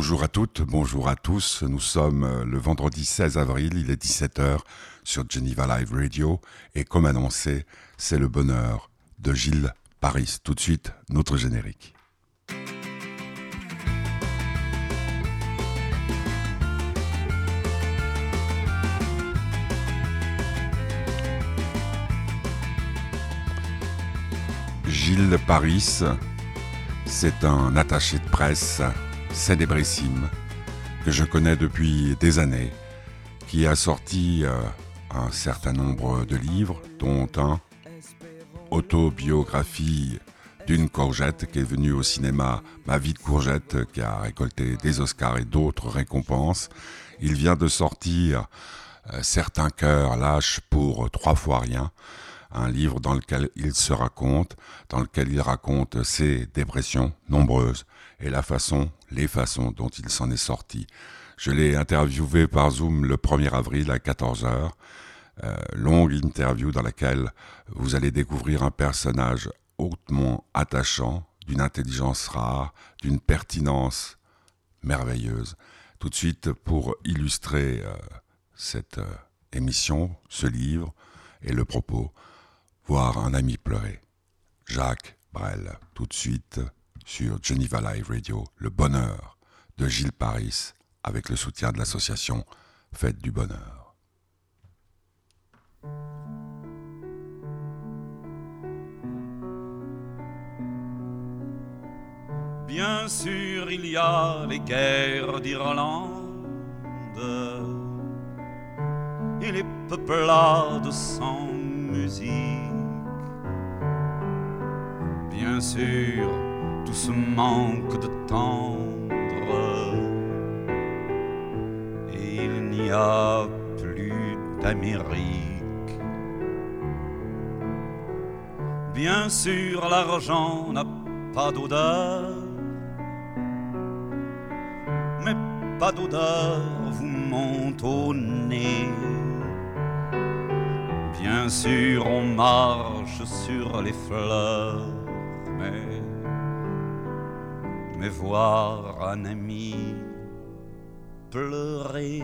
Bonjour à toutes, bonjour à tous. Nous sommes le vendredi 16 avril, il est 17h sur Geneva Live Radio et comme annoncé, c'est le bonheur de Gilles Paris. Tout de suite, notre générique. Gilles Paris, c'est un attaché de presse célébrissime que je connais depuis des années, qui a sorti un certain nombre de livres, dont un autobiographie d'une courgette qui est venue au cinéma, Ma vie de courgette, qui a récolté des Oscars et d'autres récompenses. Il vient de sortir Certains cœurs lâchent pour 3 fois rien, un livre dans lequel il se raconte, dans lequel il raconte ses dépressions nombreuses et les façons dont il s'en est sorti. Je l'ai interviewé par Zoom le 1er avril à 14h. Longue interview dans laquelle vous allez découvrir un personnage hautement attachant, d'une intelligence rare, d'une pertinence merveilleuse. Tout de suite, pour illustrer cette émission, ce livre et le propos, voir un ami pleurer. Jacques Brel, tout de suite sur Geneva Live Radio, le bonheur de Gilles Paris, avec le soutien de l'association Fête du Bonheur. Bien sûr, il y a les guerres d'Irlande et les peuplades sans musique. Bien sûr, tout ce manque de tendre, et il n'y a plus d'Amérique. Bien sûr, l'argent n'a pas d'odeur, mais pas d'odeur vous monte au nez. Bien sûr, on marche sur les fleurs, mais voir un ami pleurer.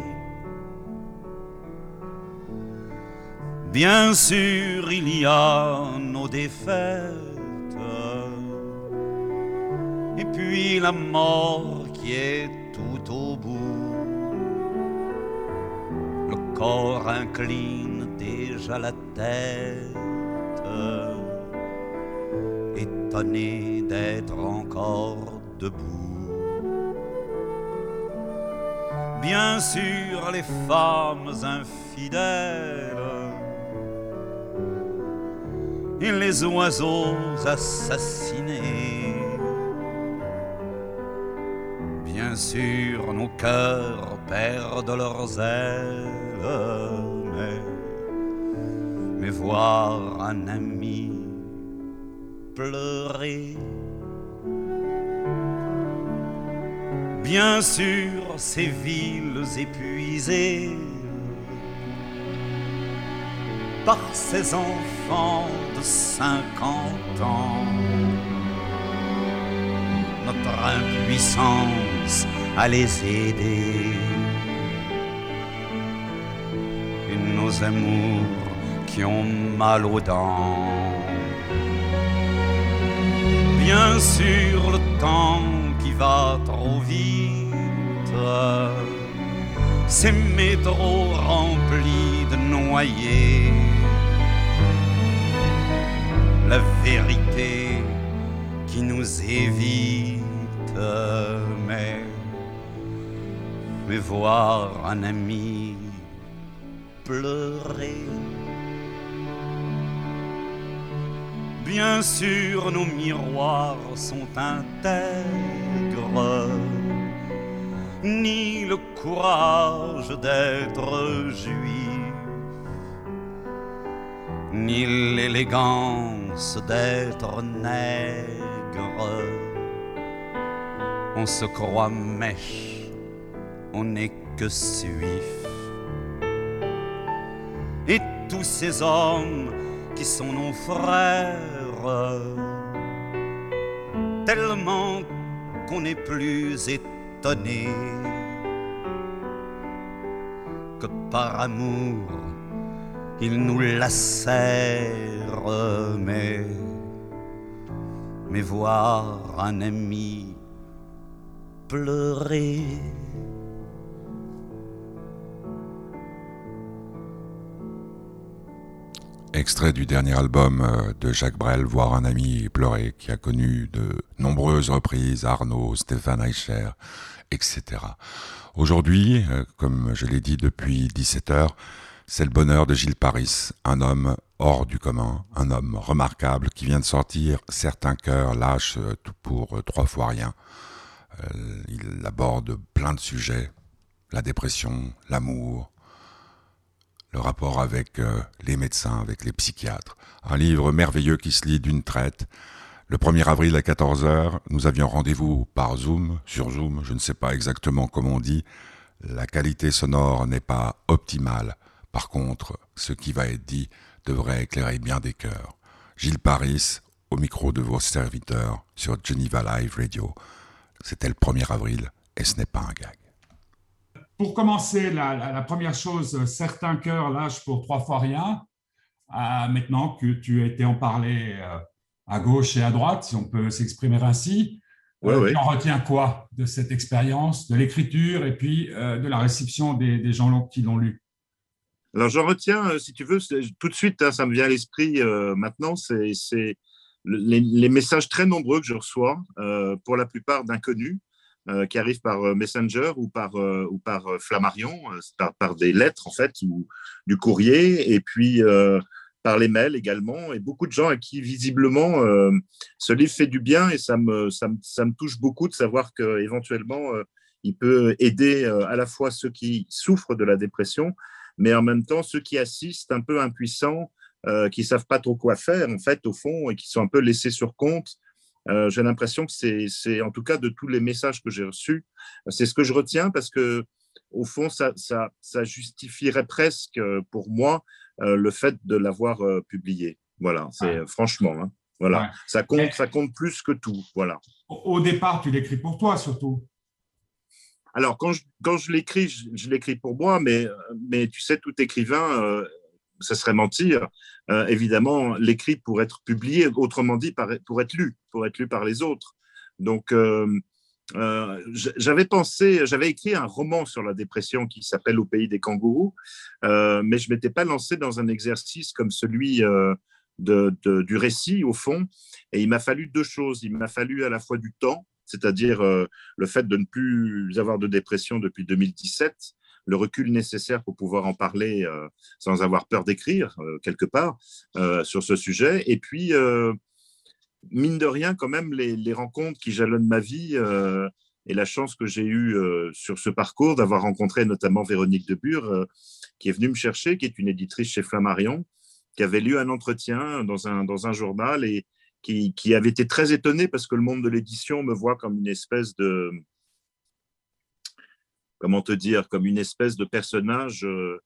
Bien sûr, il y a nos défaites, et puis la mort qui est tout au bout. Le corps incline déjà la tête, étonné d'être encore debout. Bien sûr, les femmes infidèles et les oiseaux assassinés. Bien sûr, nos cœurs perdent leurs ailes, mais voir un ami pleurer. Bien sûr, ces villes épuisées par ces enfants de 50 ans, notre impuissance à les aider, et nos amours qui ont mal aux dents. Bien sûr, le temps qui va trop vite, ces métros remplis de noyés, la vérité qui nous évite, mais voir un ami pleurer. Bien sûr, nos miroirs sont intègres, ni le courage d'être juif, ni l'élégance d'être nègre. On se croit mèche, on n'est que suif. Et tous ces hommes qui sont nos frères, tellement qu'on n'est plus étonné que par amour il nous lacère, mais voir un ami pleurer. Extrait du dernier album de Jacques Brel, Voir un ami pleurer, qui a connu de nombreuses reprises, Arnaud, Stéphane Eicher, etc. Aujourd'hui, comme je l'ai dit depuis 17h, c'est le bonheur de Gilles Paris, un homme hors du commun, un homme remarquable qui vient de sortir Certains cœurs lâchent tout pour 3 fois rien. Il aborde plein de sujets, la dépression, l'amour, le rapport avec les médecins, avec les psychiatres. Un livre merveilleux qui se lit d'une traite. Le 1er avril à 14h, nous avions rendez-vous par Zoom, sur Zoom, je ne sais pas exactement comment on dit. La qualité sonore n'est pas optimale. Par contre, ce qui va être dit devrait éclairer bien des cœurs. Gilles Paris, au micro de vos serviteurs sur Geneva Live Radio. C'était le 1er avril et ce n'est pas un gag. Pour commencer, la première chose, Certains cœurs lâchent pour 3 fois rien. Maintenant que tu étais en parler à gauche et à droite, si on peut s'exprimer ainsi, ouais. tu en retiens quoi de cette expérience, de l'écriture et puis de la réception des gens qui l'ont lu? Alors j'en retiens, si tu veux, tout de suite, hein, ça me vient à l'esprit maintenant, c'est les messages très nombreux que je reçois, pour la plupart d'inconnus, qui arrivent par Messenger ou par Flammarion, par des lettres en fait, ou du courrier, et puis par les mails également, et beaucoup de gens à qui visiblement ce livre fait du bien, et ça me touche beaucoup de savoir qu'éventuellement il peut aider à la fois ceux qui souffrent de la dépression, mais en même temps ceux qui assistent un peu impuissants, qui ne savent pas trop quoi faire en fait au fond, et qui sont un peu laissés sur compte. J'ai l'impression que c'est, en tout cas, de tous les messages que j'ai reçus, c'est ce que je retiens, parce que au fond, ça justifierait presque pour moi le fait de l'avoir publié. Voilà, c'est franchement, hein, voilà, Ouais. ça compte plus que tout. Voilà. Au départ, tu l'écris pour toi surtout. Alors, quand je l'écris, je l'écris pour moi, mais tu sais, tout écrivain, ça serait mentir. Évidemment, l'écrit pour être publié, autrement dit, pour être lu par les autres. Donc, j'avais écrit un roman sur la dépression qui s'appelle Au pays des kangourous, mais je ne m'étais pas lancé dans un exercice comme celui du récit, au fond. Et il m'a fallu 2 choses. Il m'a fallu à la fois du temps, c'est-à-dire le fait de ne plus avoir de dépression depuis 2017, le recul nécessaire pour pouvoir en parler sans avoir peur d'écrire quelque part sur ce sujet. Et puis, mine de rien, quand même, les rencontres qui jalonnent ma vie et la chance que j'ai eue sur ce parcours d'avoir rencontré notamment Véronique Debure, qui est venue me chercher, qui est une éditrice chez Flammarion, qui avait lu un entretien dans un journal et qui avait été très étonnée parce que le monde de l'édition me voit comme une espèce de... Comment te dire, comme une espèce de personnage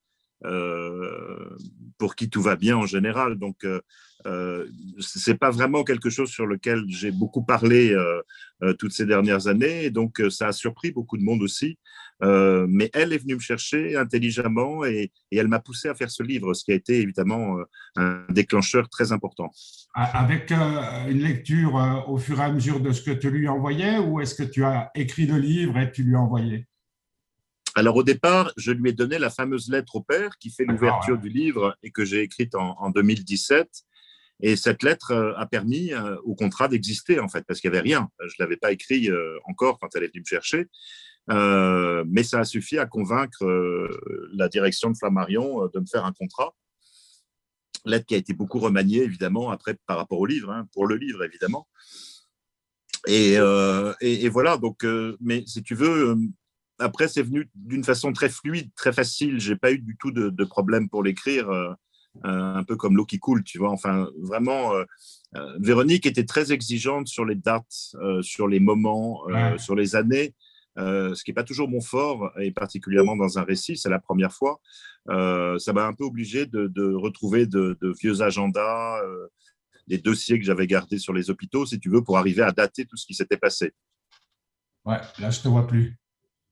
pour qui tout va bien en général. Donc, c'est pas vraiment quelque chose sur lequel j'ai beaucoup parlé toutes ces dernières années. Et donc, ça a surpris beaucoup de monde aussi. Mais elle est venue me chercher intelligemment et elle m'a poussé à faire ce livre, ce qui a été évidemment un déclencheur très important. Avec une lecture au fur et à mesure de ce que tu lui envoyais, ou est-ce que tu as écrit le livre et tu lui as envoyé? Alors au départ, je lui ai donné la fameuse lettre au père qui fait l'ouverture du livre et que j'ai écrite en 2017. Et cette lettre a permis au contrat d'exister, en fait, parce qu'il n'y avait rien. Je ne l'avais pas écrit encore quand elle est venue me chercher. Mais ça a suffi à convaincre la direction de Flammarion de me faire un contrat. Lettre qui a été beaucoup remaniée, évidemment, après par rapport au livre, hein, pour le livre, évidemment. Et voilà, donc, mais si tu veux... Après, c'est venu d'une façon très fluide, très facile. Je n'ai pas eu du tout de problème pour l'écrire, un peu comme l'eau qui coule, tu vois. Enfin, vraiment, Véronique était très exigeante sur les dates, sur les moments, sur les années, ce qui n'est pas toujours mon fort, et particulièrement dans un récit, c'est la première fois. Ça m'a un peu obligé de retrouver de vieux agendas, des dossiers que j'avais gardés sur les hôpitaux, si tu veux, pour arriver à dater tout ce qui s'était passé. Ouais, là, je ne te vois plus.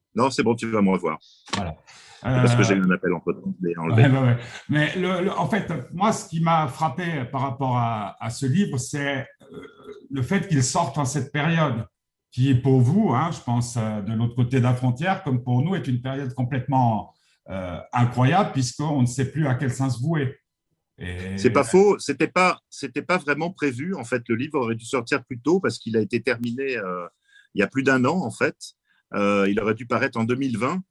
Non, c'est bon, tu vas me revoir. Voilà. C'est parce que j'ai eu un appel entre temps, je l'ai enlevé. Ouais. Mais en fait, moi, ce qui m'a frappé par rapport à ce livre, c'est le fait qu'il sorte en cette période qui, pour vous, hein, je pense, de l'autre côté de la frontière, comme pour nous, est une période complètement incroyable, puisqu'on ne sait plus à quel sens vouer. C'est Et, pas faux. C'était pas vraiment prévu. En fait, le livre aurait dû sortir plus tôt parce qu'il a été terminé il y a plus d'un an, en fait. Il aurait dû paraître en 2020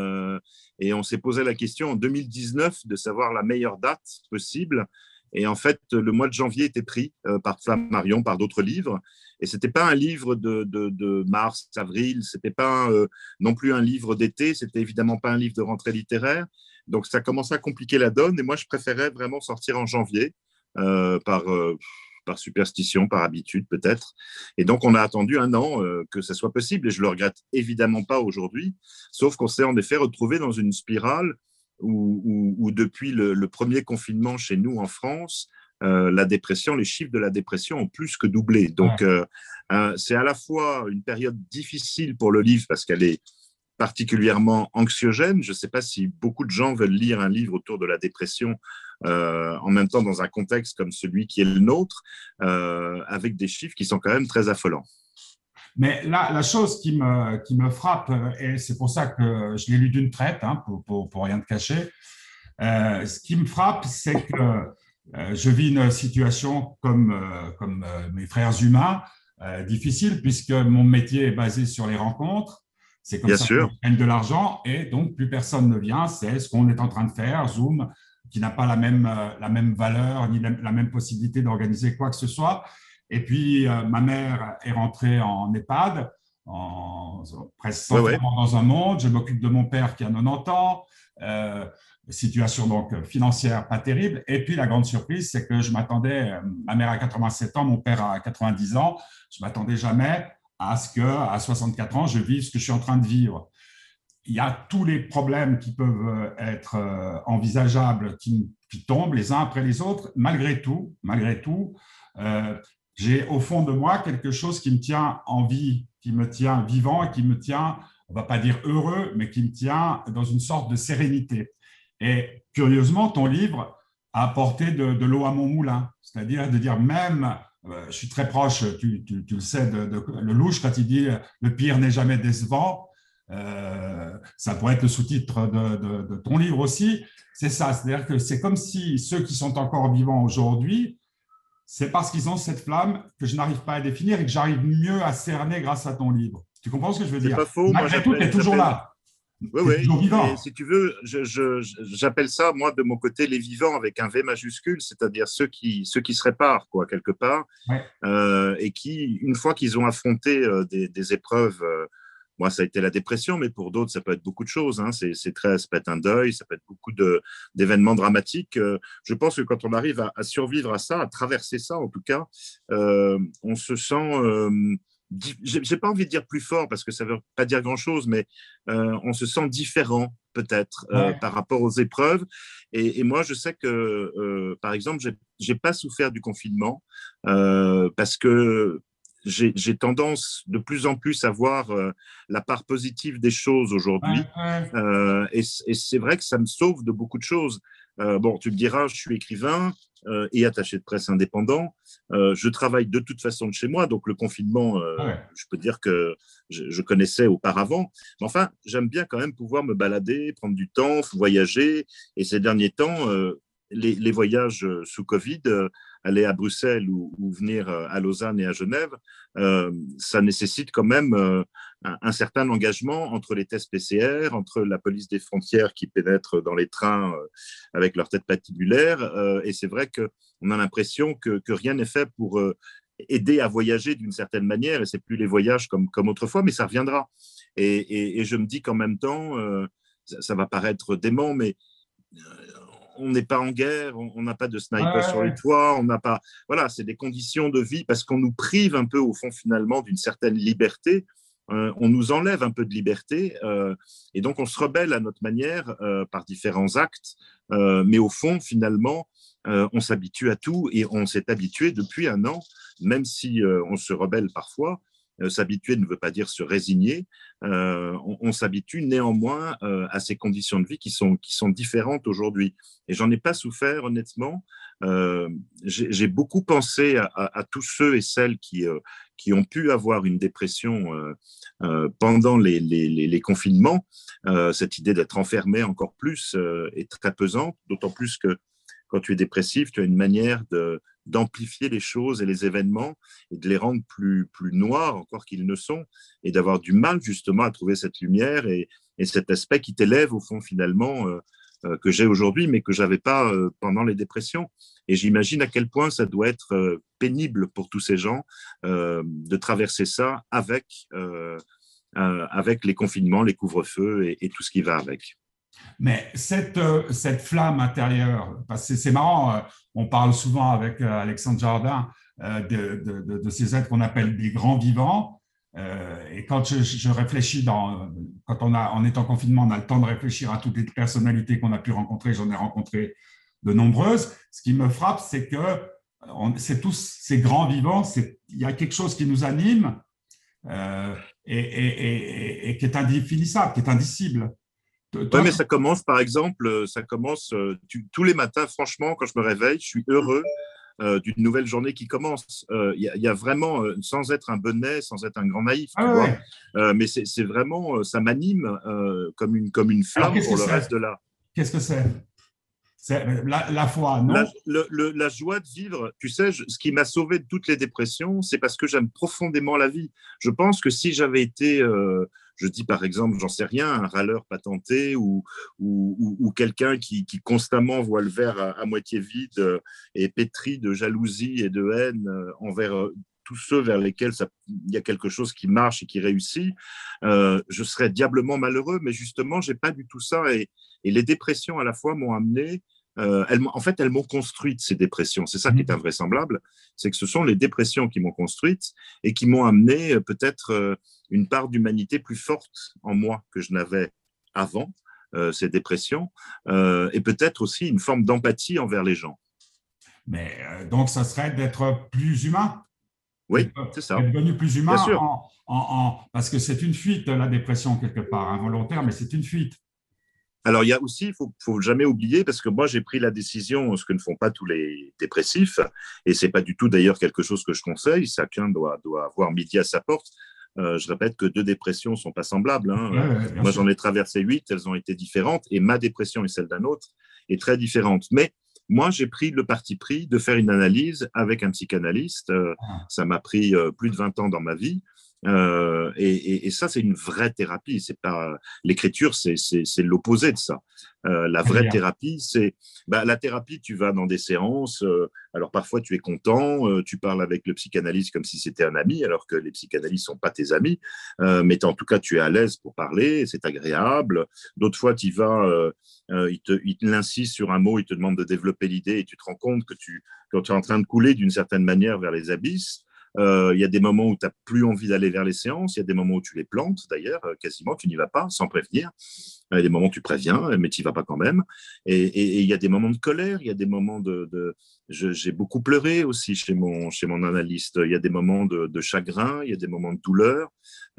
et on s'est posé la question en 2019 de savoir la meilleure date possible. Et en fait, le mois de janvier était pris par Flammarion, par d'autres livres. Et c'était pas un livre de mars, avril. C'était pas non plus un livre d'été. C'était évidemment pas un livre de rentrée littéraire. Donc ça commençait à compliquer la donne. Et moi, je préférais vraiment sortir en janvier euh, par par superstition, par habitude peut-être. Et donc, on a attendu un an que ça soit possible, et je le regrette évidemment pas aujourd'hui, sauf qu'on s'est en effet retrouvé dans une spirale où depuis le premier confinement chez nous en France, la dépression, les chiffres de la dépression ont plus que doublé. Donc, c'est à la fois une période difficile pour le livre parce qu'elle est particulièrement anxiogène. Je ne sais pas si beaucoup de gens veulent lire un livre autour de la dépression en même temps dans un contexte comme celui qui est le nôtre, avec des chiffres qui sont quand même très affolants. mais là, la chose qui me frappe, et c'est pour ça que je l'ai lu d'une traite, hein, pour rien te cacher, ce qui me frappe, c'est que je vis une situation comme mes frères humains, difficile, puisque mon métier est basé sur les rencontres. C'est comme Bien ça que je sûr. gagne de l'argent, et donc plus personne ne vient. C'est ce qu'on est en train de faire, Zoom, qui n'a pas la même valeur ni la même possibilité d'organiser quoi que ce soit. Et puis, ma mère est rentrée en EHPAD, presque Ouais, 100 ouais. ans dans un monde. Je m'occupe de mon père qui a 90 ans. Euh, Situation donc financière pas terrible. Et puis, la grande surprise, c'est que je m'attendais, ma mère a 87 ans, mon père a 90 ans, je m'attendais jamais à ce qu'à 64 ans, je vive ce que je suis en train de vivre. Il y a tous les problèmes qui peuvent être envisageables qui tombent les uns après les autres. Malgré tout, j'ai au fond de moi quelque chose qui me tient en vie, qui me tient vivant et qui me tient, on ne va pas dire heureux, mais qui me tient dans une sorte de sérénité. Et curieusement, ton livre a apporté de l'eau à mon moulin, c'est-à-dire de dire même, je suis très proche, tu le sais, de Lelouch quand il dit le pire n'est jamais décevant. Ça pourrait être le sous-titre de ton livre aussi. C'est ça, c'est-à-dire que c'est comme si ceux qui sont encore vivants aujourd'hui, c'est parce qu'ils ont cette flamme que je n'arrive pas à définir et que j'arrive mieux à cerner grâce à ton livre. Tu comprends ce que je veux C'est dire? pas faux. Moi, Malgré tout, tu es toujours là. Oui, Tu es oui, toujours mais vivant. si tu veux, j'appelle ça, moi, de mon côté, les vivants avec un V majuscule, c'est-à-dire ceux qui se réparent, quoi, quelque part, Ouais. et qui, une fois qu'ils ont affronté des épreuves, moi, ça a été la dépression, mais pour d'autres, ça peut être beaucoup de choses. Hein, ça peut être un deuil, ça peut être beaucoup d'événements dramatiques. Je pense que quand on arrive à survivre à ça, à traverser ça, en tout cas, on se sent j'ai pas envie de dire plus fort parce que ça veut pas dire grand chose, mais on se sent différent peut-être Ouais. par rapport aux épreuves. Et moi, je sais que, par exemple, j'ai pas souffert du confinement parce que j'ai tendance de plus en plus à voir la part positive des choses Ouais, aujourd'hui. ouais. Et c'est vrai que ça me sauve de beaucoup de choses. Bon, tu me diras, je suis écrivain et attaché de presse indépendant. Je travaille de toute façon de chez moi, donc le confinement, Ouais. je peux dire que je connaissais auparavant. Mais enfin, j'aime bien quand même pouvoir me balader, prendre du temps, voyager. Et ces derniers temps, les voyages sous Covid, aller à Bruxelles ou venir à Lausanne et à Genève, ça nécessite quand même un certain engagement entre les tests PCR, entre la police des frontières qui pénètre dans les trains avec leur tête patibulaire. Et c'est vrai qu'on a l'impression que rien n'est fait pour aider à voyager d'une certaine manière. Et c'est plus les voyages comme autrefois, mais ça reviendra. Et je me dis qu'en même temps, ça va paraître dément, mais on n'est pas en guerre, on n'a pas de sniper sur les Ouais. toits, on n'a pas. Voilà, c'est des conditions de vie parce qu'on nous prive un peu, au fond, finalement, d'une certaine liberté. On nous enlève un peu de liberté et donc on se rebelle à notre manière par différents actes. Mais au fond, finalement, on s'habitue à tout et on s'est habitué depuis un an, même si on se rebelle parfois. S'habituer ne veut pas dire se résigner. On s'habitue néanmoins à ces conditions de vie qui sont différentes aujourd'hui. Et j'en ai pas souffert, honnêtement. J'ai beaucoup pensé à tous ceux et celles qui ont pu avoir une dépression pendant les confinements. Cette idée d'être enfermé encore plus est très pesante, d'autant plus que quand tu es dépressif, tu as une manière d'amplifier les choses et les événements et de les rendre plus noirs encore qu'ils ne sont, et d'avoir du mal justement à trouver cette lumière et cet aspect qui t'élève au fond finalement que j'ai aujourd'hui, mais que j'avais pas pendant les dépressions. Et j'imagine à quel point ça doit être pénible pour tous ces gens de traverser ça avec les confinements, les couvre-feux et tout ce qui va avec. Mais cette flamme intérieure, parce que c'est marrant, on parle souvent avec Alexandre Jardin de ces êtres qu'on appelle des grands vivants. Et quand je réfléchis, quand on est en confinement, on a le temps de réfléchir à toutes les personnalités qu'on a pu rencontrer. J'en ai rencontré de nombreuses. Ce qui me frappe, c'est que c'est tous ces grands vivants, il y a quelque chose qui nous anime et qui est indéfinissable, qui est indicible. Oui, mais ça commence, par exemple, tous les matins, franchement, quand je me réveille, je suis heureux d'une nouvelle journée qui commence. Il y a vraiment, sans être un bonnet, sans être un grand naïf, tu vois, mais c'est vraiment, ça m'anime comme une flamme pour le reste de là. Qu'est-ce que c'est la foi, non? La joie de vivre, tu sais, ce qui m'a sauvé de toutes les dépressions, c'est parce que j'aime profondément la vie. Je pense que si j'avais été, je dis par exemple, j'en sais rien, un râleur patenté ou quelqu'un qui constamment voit le verre à moitié vide et pétri de jalousie et de haine envers tous ceux vers lesquels il y a quelque chose qui marche et qui réussit, je serais diablement malheureux. Mais justement, j'ai pas du tout ça. Et les dépressions, à la fois, m'ont amené... elles m'ont construite, ces dépressions. C'est ça qui est invraisemblable. C'est que ce sont les dépressions qui m'ont construite et qui m'ont amené peut-être une part d'humanité plus forte en moi que je n'avais avant ces dépressions, et peut-être aussi une forme d'empathie envers les gens. Mais donc, ça serait d'être plus humain. Oui, c'est ça. Être devenu plus humain, bien sûr. Parce que c'est une fuite, la dépression, quelque part, involontaire, mais c'est une fuite. Alors, il y a aussi, il faut jamais oublier, parce que moi, j'ai pris la décision, ce que ne font pas tous les dépressifs, et c'est pas du tout d'ailleurs quelque chose que je conseille, chacun doit avoir midi à sa porte. Je répète que 2 dépressions ne sont pas semblables. Moi, j'en ai traversé 8, elles ont été différentes, et ma dépression et celle d'un autre est très différente. Mais moi, j'ai pris le parti pris de faire une analyse avec un psychanalyste. Ça m'a pris plus de 20 ans dans ma vie. Et ça, c'est une vraie thérapie. C'est pas l'écriture, c'est l'opposé de ça. La vraie thérapie, c'est la thérapie. Tu vas dans des séances. Alors parfois, tu es content. Tu parles avec le psychanalyste comme si c'était un ami, alors que les psychanalystes sont pas tes amis. Mais en tout cas, tu es à l'aise pour parler. C'est agréable. D'autres fois, tu y vas. Il insiste sur un mot. Il te demande de développer l'idée et tu te rends compte que quand tu es en train de couler d'une certaine manière vers les abysses. Il y a des moments où tu n'as plus envie d'aller vers les séances, il y a des moments où tu les plantes, d'ailleurs, quasiment, tu n'y vas pas sans prévenir. Il y a des moments où tu préviens, mais tu n'y vas pas quand même. Et il y a des moments de colère, il y a des moments j'ai beaucoup pleuré aussi chez mon analyste. Il y a des moments de chagrin, il y a des moments de douleur,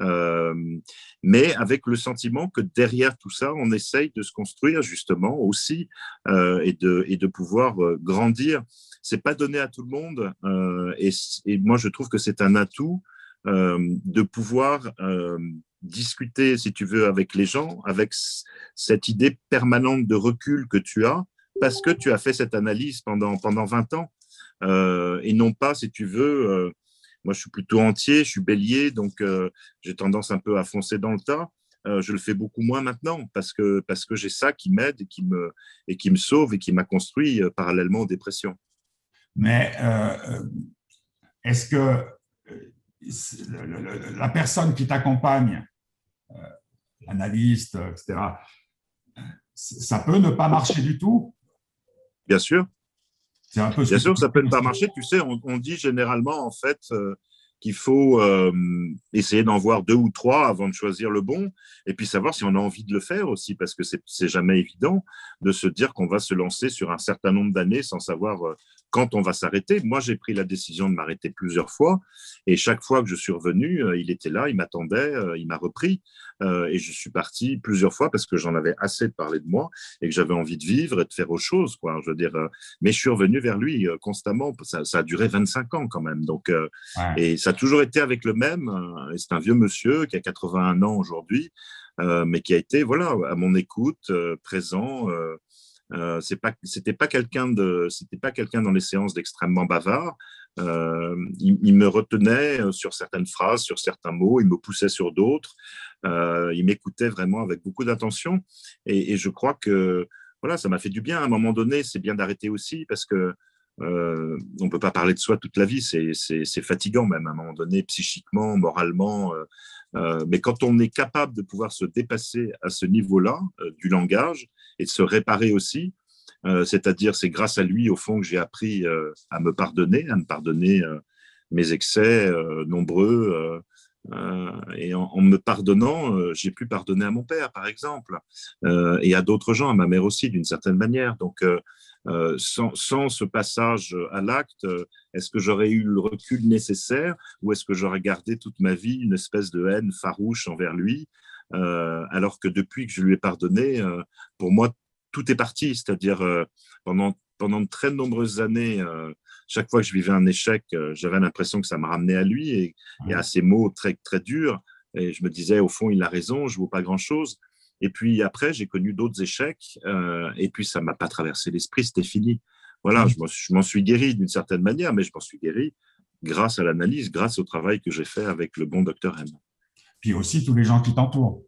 mais avec le sentiment que derrière tout ça, on essaye de se construire justement aussi et de pouvoir grandir. C'est pas donné à tout le monde, et moi je trouve que c'est un atout de pouvoir discuter, si tu veux, avec les gens, avec cette idée permanente de recul que tu as, parce que tu as fait cette analyse pendant 20 ans, et non pas, si tu veux, moi je suis plutôt entier, je suis bélier, donc j'ai tendance un peu à foncer dans le tas. Je le fais beaucoup moins maintenant parce que j'ai ça qui m'aide et qui me sauve et qui m'a construit parallèlement aux dépressions. Mais est-ce que la personne qui t'accompagne, l'analyste, etc., ça peut ne pas marcher du tout? Bien sûr. C'est un peu Bien sûr, ça peut ne pas marcher. Tu sais, on dit généralement, en fait, qu'il faut essayer d'en voir 2 ou 3 avant de choisir le bon, et puis savoir si on a envie de le faire aussi, parce que c'est jamais évident de se dire qu'on va se lancer sur un certain nombre d'années sans savoir quand on va s'arrêter. Moi, j'ai pris la décision de m'arrêter plusieurs fois, et chaque fois que je suis revenu, il était là, il m'attendait, il m'a repris, et je suis parti plusieurs fois parce que j'en avais assez de parler de moi et que j'avais envie de vivre et de faire autre chose, quoi. Je veux dire, mais je suis revenu vers lui constamment. Ça a duré 25 ans quand même, donc, Ouais. et ça a toujours été avec le même. Et c'est un vieux monsieur qui a 81 ans aujourd'hui, mais qui a été, voilà, à mon écoute, présent. C'était pas quelqu'un dans les séances d'extrêmement bavard. Il me retenait sur certaines phrases, sur certains mots, il me poussait sur d'autres. Il m'écoutait vraiment avec beaucoup d'attention, et je crois que voilà, ça m'a fait du bien. À un moment donné, c'est bien d'arrêter aussi, parce que on peut pas parler de soi toute la vie, c'est fatigant même à un moment donné, psychiquement, moralement. Mais quand on est capable de pouvoir se dépasser à ce niveau-là du langage et de se réparer aussi, c'est-à-dire c'est grâce à lui au fond que j'ai appris à me pardonner mes excès nombreux. Et en me pardonnant, j'ai pu pardonner à mon père, par exemple, et à d'autres gens, à ma mère aussi, d'une certaine manière. Donc, sans ce passage à l'acte, est-ce que j'aurais eu le recul nécessaire, ou est-ce que j'aurais gardé toute ma vie une espèce de haine farouche envers lui, alors que depuis que je lui ai pardonné, pour moi, tout est parti. C'est-à-dire, pendant de très nombreuses années, chaque fois que je vivais un échec, j'avais l'impression que ça me ramenait à lui et à ces mots très, très durs. Et je me disais, au fond, il a raison, je ne vaux pas grand-chose. Et puis après, j'ai connu d'autres échecs, et puis ça ne m'a pas traversé l'esprit, c'était fini. Voilà, je m'en suis guéri d'une certaine manière, mais je m'en suis guéri grâce à l'analyse, grâce au travail que j'ai fait avec le bon docteur M. Puis aussi tous les gens qui t'entourent.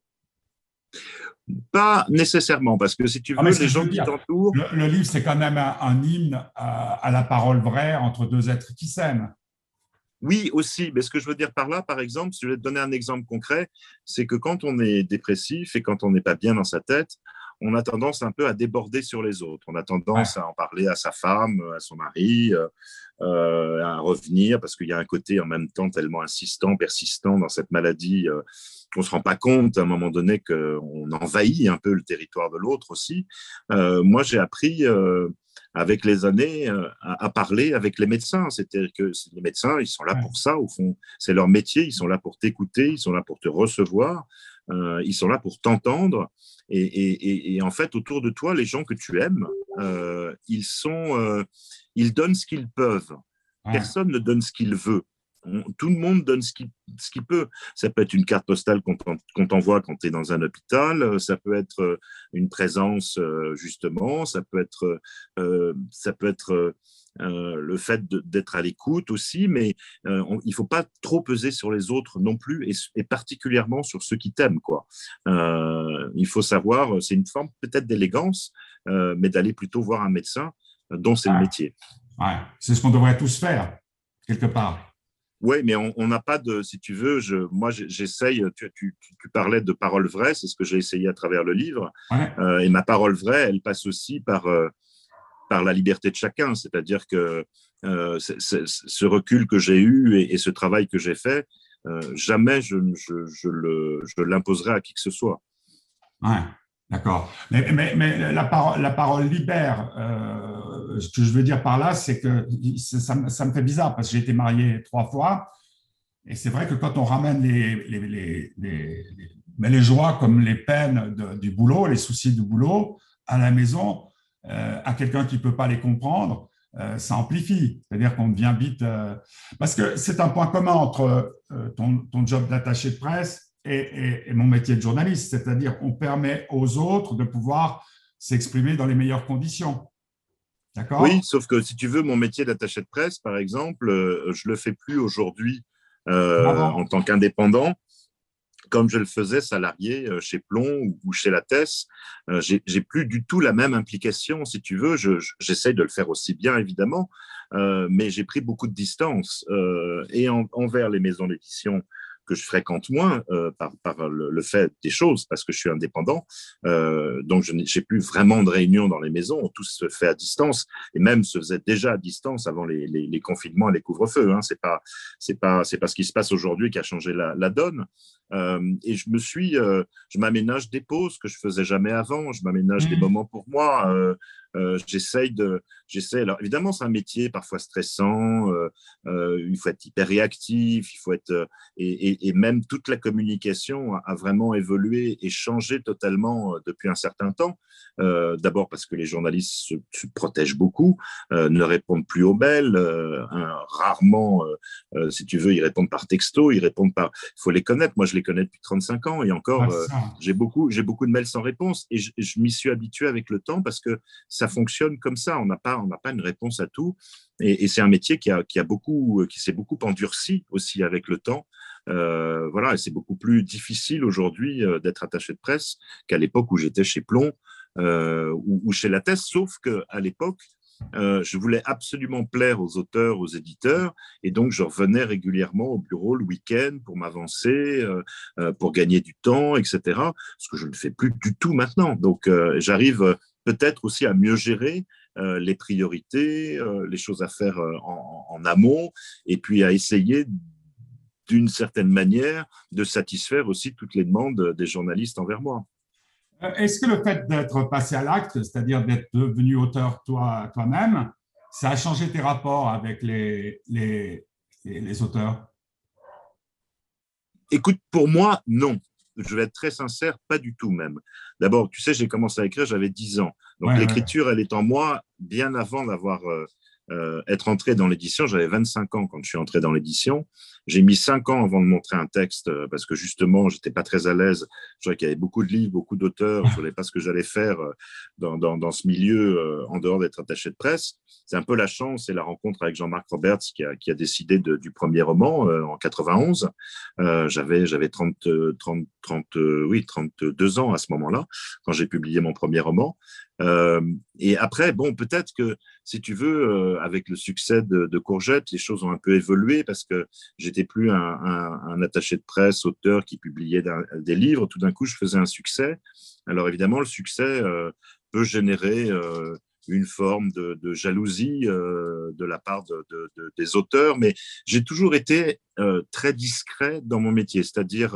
Pas nécessairement, parce que si tu veux, les gens qui t'entourent… Le livre, c'est quand même un hymne à la parole vraie entre deux êtres qui s'aiment. Oui, aussi. Mais ce que je veux dire par là, par exemple, si je vais te donner un exemple concret, c'est que quand on est dépressif et quand on n'est pas bien dans sa tête, on a tendance un peu à déborder sur les autres. On a tendance à en parler à sa femme, à son mari, à revenir, parce qu'il y a un côté en même temps tellement insistant, persistant dans cette maladie, qu'on ne se rend pas compte à un moment donné qu'on envahit un peu le territoire de l'autre aussi. Moi, j'ai appris avec les années à parler avec les médecins. C'est-à-dire que les médecins, ils sont là pour ça, au fond. C'est leur métier, ils sont là pour t'écouter, ils sont là pour te recevoir, ils sont là pour t'entendre. Et en fait, autour de toi, les gens que tu aimes, ils donnent ce qu'ils peuvent. Personne ne donne ce qu'il veut. Tout le monde donne ce qu'il peut. Ça peut être une carte postale qu'on t'envoie quand tu es dans un hôpital, ça peut être une présence, justement, ça peut être le fait d'être à l'écoute aussi, mais il ne faut pas trop peser sur les autres non plus, et particulièrement sur ceux qui t'aiment, quoi. Il faut savoir, c'est une forme peut-être d'élégance, mais d'aller plutôt voir un médecin dont c'est le métier. Ouais. C'est ce qu'on devrait tous faire, quelque part. Oui, mais on n'a pas de, si tu veux, moi j'essaye, tu parlais de parole vraie, c'est ce que j'ai essayé à travers le livre, et ma parole vraie, elle passe aussi par la liberté de chacun, c'est-à-dire que ce recul que j'ai eu et ce travail que j'ai fait, jamais je l'imposerai à qui que ce soit. Ouais, d'accord. Mais la parole libère. Ce que je veux dire par là, c'est que ça me fait bizarre parce que j'ai été marié 3 fois. Et c'est vrai que quand on ramène les joies comme les peines du boulot, les soucis du boulot à la maison, à quelqu'un qui ne peut pas les comprendre, ça amplifie. C'est-à-dire qu'on devient vite… parce que c'est un point commun entre ton job d'attaché de presse et mon métier de journaliste. C'est-à-dire qu'on permet aux autres de pouvoir s'exprimer dans les meilleures conditions. D'accord ? Oui, sauf que si tu veux, mon métier d'attaché de presse, par exemple, je ne le fais plus aujourd'hui en tant qu'indépendant, comme je le faisais salarié chez Plomb ou chez La Tesse. J'ai plus du tout la même implication, si tu veux. J'essaie de le faire aussi bien, évidemment, mais j'ai pris beaucoup de distance et envers les maisons d'édition que je fréquente moins par le fait des choses, parce que je suis indépendant. Donc, je n'ai plus vraiment de réunions dans les maisons. Tout se fait à distance, et même se faisait déjà à distance avant les confinements et les couvre-feux. Hein. C'est pas ce qui se passe aujourd'hui qui a changé la donne. Et je m'aménage des pauses que je faisais jamais avant. Je m'aménage des moments pour moi. Alors évidemment, c'est un métier parfois stressant. Il faut être hyper réactif. Il faut être et même toute la communication a vraiment évolué et changé totalement depuis un certain temps. D'abord parce que les journalistes se protègent beaucoup, ne répondent plus aux mails, rarement, si tu veux, ils répondent par texto, ils répondent par. Il faut les connaître. Moi, je les connais depuis 35 ans et encore, j'ai beaucoup de mails sans réponse et je m'y suis habitué avec le temps parce que ça fonctionne comme ça. On n'a pas une réponse à tout et c'est un métier qui s'est beaucoup endurci aussi avec le temps. Voilà, et c'est beaucoup plus difficile aujourd'hui d'être attaché de presse qu'à l'époque où j'étais chez Plomb ou chez Lattès, sauf qu'à l'époque, je voulais absolument plaire aux auteurs, aux éditeurs, et donc je revenais régulièrement au bureau le week-end pour m'avancer, pour gagner du temps, etc. Ce que je ne fais plus du tout maintenant. Donc j'arrive peut-être aussi à mieux gérer les priorités, les choses à faire en amont, et puis à essayer d'une certaine manière de satisfaire aussi toutes les demandes des journalistes envers moi. Est-ce que le fait d'être passé à l'acte, c'est-à-dire d'être devenu auteur toi-même, ça a changé tes rapports avec les auteurs? Écoute, pour moi, non. Je vais être très sincère, pas du tout même. D'abord, tu sais, j'ai commencé à écrire, j'avais 10 ans. Donc l'écriture, elle est en moi bien avant être entré dans l'édition. J'avais 25 ans quand je suis entré dans l'édition. J'ai mis 5 ans avant de montrer un texte parce que justement, j'étais pas très à l'aise. Je trouvais qu'il y avait beaucoup de livres, beaucoup d'auteurs. Je ne savais pas ce que j'allais faire dans ce milieu en dehors d'être attaché de presse. C'est un peu la chance et la rencontre avec Jean-Marc Roberts qui a décidé du premier roman en 91. J'avais 32 ans à ce moment-là quand j'ai publié mon premier roman. Et après, bon, peut-être que si tu veux, avec le succès de Courgette, les choses ont un peu évolué parce que j'étais plus un attaché de presse, auteur qui publiait des livres. Tout d'un coup, je faisais un succès. Alors évidemment, le succès peut générer une forme de jalousie de la part des auteurs, mais j'ai toujours été très discret dans mon métier, c'est-à-dire